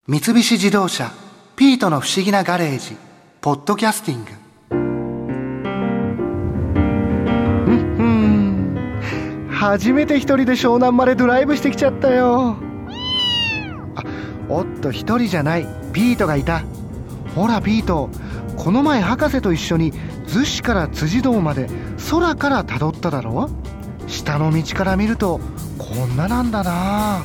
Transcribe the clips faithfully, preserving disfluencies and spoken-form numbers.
三菱自動車ピートの不思議なガレージポッドキャスティング。うんうん初めて一人で湘南までドライブしてきちゃったよ。あ、おっと一人じゃない、ピートがいた。ほらピート、この前博士と一緒に逗子から辻堂まで空から辿っただろ。下の道から見るとこんななんだな。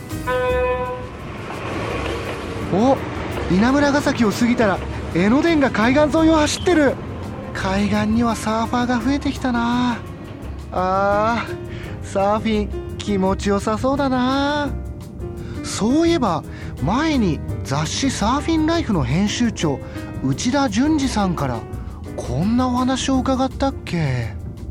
お、稲村ヶ崎を過ぎたら江ノ電が海岸沿いを走ってる。海岸にはサーファーが増えてきたな。あー、サーフィン気持ちよさそうだな。そういえば前に雑誌サーフィンライフの編集長内田淳二さんからこんなお話を伺ったっけ。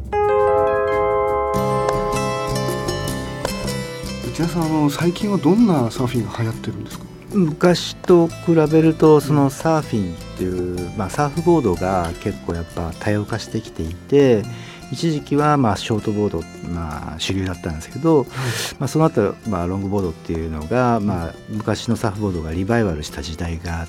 内田さん、あの最近はどんなサーフィンが流行ってるんですか。 昔と比べるとそのサーフィンっていう、まあ、サーフボードが結構やっぱ多様化してきていて、一時期はまあショートボード、まあ、主流だったんですけど、はい、まあ、その後、まあロングボードっていうのが、まあ、昔のサーフボードがリバイバルした時代があって、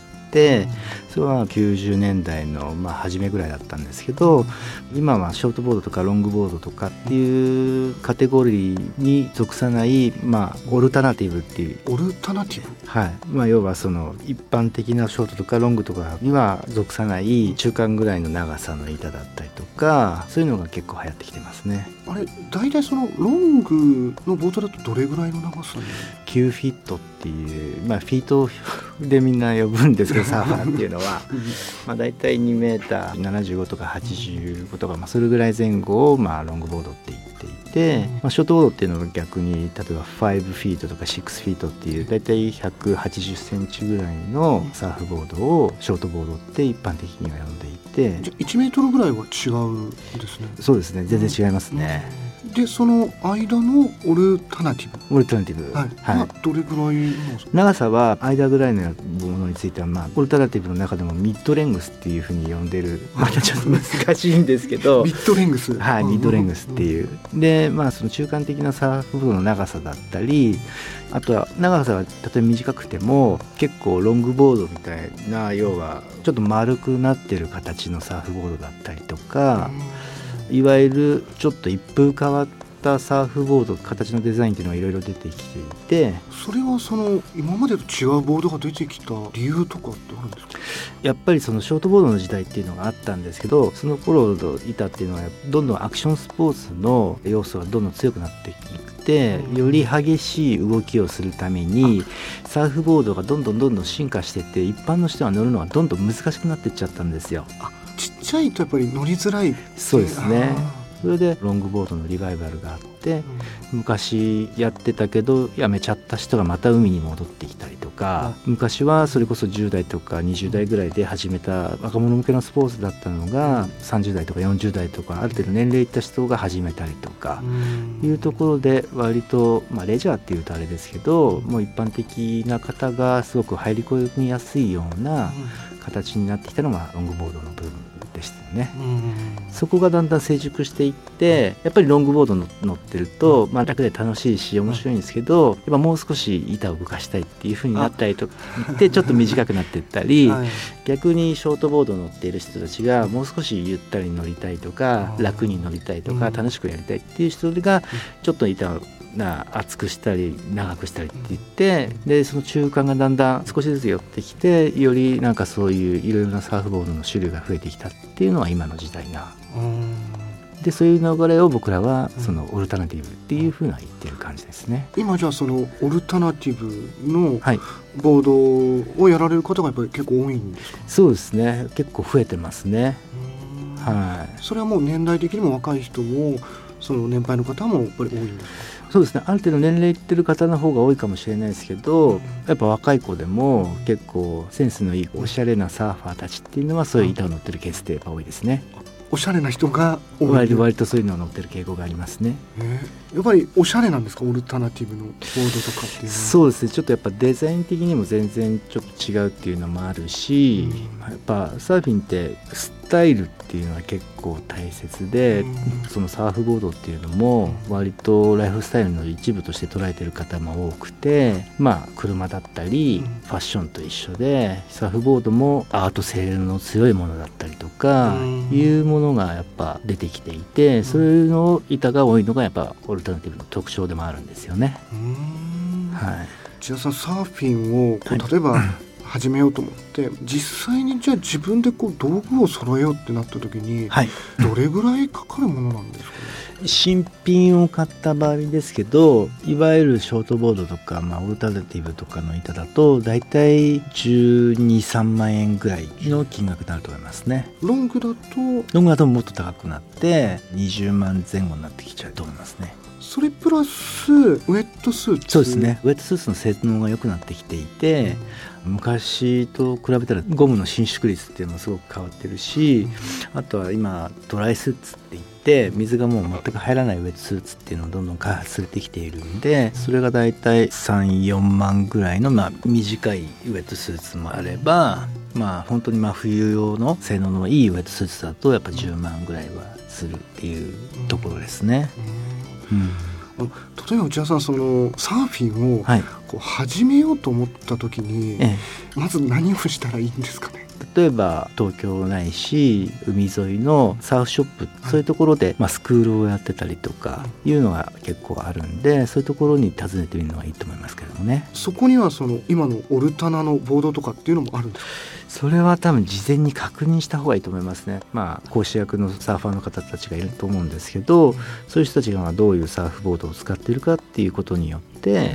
それはきゅうじゅうねんだいのまあ初めぐらいだったんですけど、今はショートボードとかロングボードとかっていうカテゴリーに属さない、まあ、オルタナティブっていう。 オルタナティブ、 はい、まあ、要はその一般的なショートとかロングとかには属さない中間ぐらいの長さの板だったりとか、そういうのが結構流行ってきてますね。 あれ、大体そのロングのボートだとどれぐらいの長さに。 きゅうフィットっていう、まあ、フィートでみんな呼ぶんですけどサーファーっていうのはまあ大体にメーターななじゅうごとかはちじゅうごとか、まあ、それぐらい前後をまあロングボードって言っていて、まあ、ショートボードっていうのは逆に例えばごフィートとかろくフィートっていう大体ひゃくはちじゅっセンチぐらいのサーフボードをショートボードって一般的には呼んでいて、 じゃいちメートルぐらいは違うんですね。 そうですね、全然違いますね、 うん、でその間のオルタナティブオルタナティブ、 はいはい、まあ、どれぐらいの長さは間ぐらいのものについては、まあ、オルタナティブの中でもミッドレングスっていうふうに呼んでる、またちょっと難しいんですけどミッドレングス、 はい、ミッドレングスっていう、うん、で、まあ、その中間的なサーフボードの長さだったり、あとは長さは例えば短くても結構ロングボードみたいな、要はちょっと丸くなってる形のサーフボードだったりとか、いわゆるちょっと一風変わったサーフボード、形のデザインっていうのがいろいろ出てきていて、 それはその今までと違うボードが出てきた理由とかってあるんですか。 やっぱりそのショートボードの時代っていうのがあったんですけど、その頃の板っていうのはどんどんアクションスポーツの要素がどんどん強くなっていってより激しい動きをするためにサーフボードがどんどんどんどん進化していって、一般の人が乗るのがどんどん難しくなっていっちゃったんですよ。 あ、ちっちゃいとやっぱり乗りづらい。 そうですね。それでロングボードのリバイバルがあって、うん、昔やってたけどやめちゃった人がまた海に戻ってきたりとか、うん、昔はそれこそじゅうだいとかにじゅうだいぐらいで始めた若者向けのスポーツだったのが、うん、さんじゅうだいとかよんじゅうだいとかある程度年齢いった人が始めたりとか、うん、いうところで割と、まあ、レジャーっていうとあれですけど、もう一般的な方がすごく入り込みやすいような形になってきたのがロングボードの部分でしたよね。うん、そこがだんだん成熟していって、やっぱりロングボードの乗ってると、まあ、楽で楽しいし面白いんですけど、やっぱもう少し板を動かしたいっていう風になったりとかってちょっと短くなっていったり、はい、逆にショートボード乗っている人たちがもう少しゆったり乗りたいとか楽に乗りたいとか楽しくやりたいっていう人がちょっと板をな厚くしたり長くしたりって言って、でその中間がだんだん少しずつ寄ってきて、よりなんかそういういろいろなサーフボードの種類が増えてきたっていうのは今の時代な。でそういう流れを僕らはそのオルタナティブっていうふうな言ってる感じですね。 今じゃあそのオルタナティブのボードをやられる方がやっぱり結構多いんですか。 そうですね、結構増えてますね。はい、 それはもう年代的にも若い人もその年配の方もやっぱり多いんですか。 そうですね、ある程度年齢いってる方の方が多いかもしれないですけど、やっぱ若い子でも結構センスのいいおしゃれなサーファーたちっていうのはそういう板を乗ってるケースってやっぱ多いですね。 おしゃれな人が多い。 割, 割とそういうのを乗ってる傾向がありますね。 えー、やっぱりおしゃれなんですか、オルタナティブのボードとかっていうのは。 そうですね、ちょっとやっぱデザイン的にも全然ちょっと違うっていうのもあるし、うん、やっぱサーフィンってスタイルっていうのは結構大切で、うん、そのサーフボードっていうのも割とライフスタイルの一部として捉えてる方も多くて、まあ車だったりファッションと一緒で、サーフボードもアート性の強いものだったりとかいうものがやっぱ出てきていて、そういうの板が多いのがやっぱオルタナティブの特徴でもあるんですよね。うん、はい、 じゃあさ、サーフィンをこう例えば、はい、始めようと思って実際にじゃあ自分でこう道具を揃えようってなった時に、はい、どれぐらいかかるものなんですかね。 新品を買った場合ですけど、いわゆるショートボードとか、まあ、オルタナティブとかの板だとだいたいじゅうに、さんまんえんぐらいの金額になると思いますね。 ロングだとロングだともっと高くなってにじゅうまんぜん後になってきちゃうと思いますね。 それプラスウェットスーツ。 そうですね、ウェットスーツの性能が良くなってきていて、うん、昔と比べたらゴムの伸縮率っていうのもすごく変わってるし、うん、あとは今ドライスーツって言って水がもう全く入らないウェットスーツっていうのをどんどん開発されてきているんで、それがだいたいさん、よんまんぐらいの、まあ、短いウェットスーツもあれば、まあ本当に真冬用の性能のいいウェットスーツだとやっぱじゅうまんぐらいはするっていうところですね。うんうん、例えば内田さん、そのサーフィンをこう始めようと思った時に、はい、まず何をしたらいいんですかね。 例えば東京ないし海沿いのサーフショップ、そういうところで、まあ、スクールをやってたりとかいうのが結構あるんで、そういうところに訪ねてみるのがいいと思いますけれどもね。 そこにはその今のオルタナのボードとかっていうのもあるんですか。 それは多分事前に確認した方がいいと思いますね。まあ講師役のサーファーの方たちがいると思うんですけど、そういう人たちがどういうサーフボードを使っているかっていうことによって、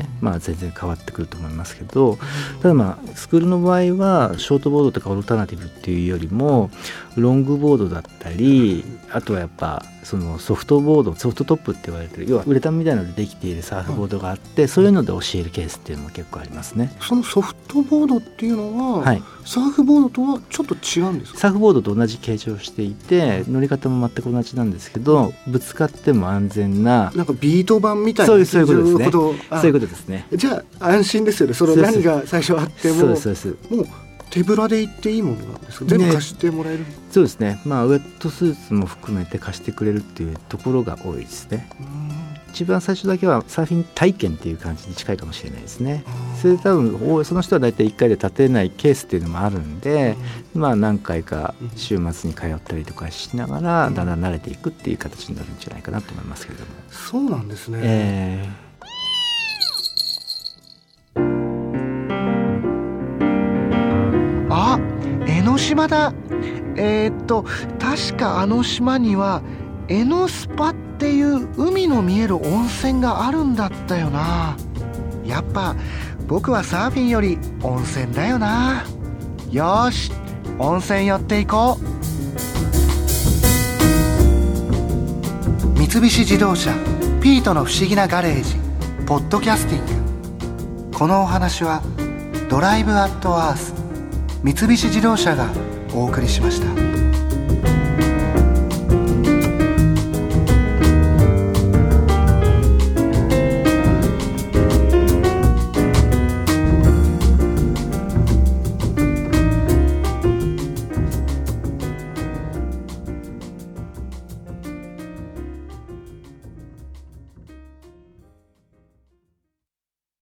まあ、全然変わってくると思いますけど、ただまあスクールの場合はショートボードとかオルタナティブっていうよりもロングボードだったり、あとはやっぱそのソフトボード、ソフトトップって言われてる、要はウレタンみたいなのでできているサーフボードがあって、そういうので教えるケースっていうのも結構ありますね。 そのソフトボードっていうのは、はい、サーフボードとはちょっと違うんですか。 サーフボードと同じ形状をしていて乗り方も全く同じなんですけど、ぶつかっても安全な、 なんかビート板みたいな、 そういうそういうことですね。そういうことですね。 じゃあ安心ですよね。その何が最初あっても、 そうですそうです。 もう手ぶらで行っていいものなんですか。全部貸してもらえる、ね、 そうですね。まあウェットスーツも含めて貸してくれるっていうところが多いですね。うん、一番最初だけはサーフィン体験っていう感じに近いかもしれないですね。それで多分その人は大体いっかいで立てないケースっていうのもあるんで、うん、まあ何回か週末に通ったりとかしながらだんだん慣れていくっていう形になるんじゃないかなと思いますけれども。 そうなんですね。 えーあ、江ノ島だ。えー、っと確かあの島には江ノスパっていう海の見える温泉があるんだったよな。やっぱ僕はサーフィンより温泉だよな。よーし、温泉寄っていこう。三菱自動車ピートの不思議なガレージポッドキャスティング。このお話はドライブアットアース三菱自動車がお送りしました。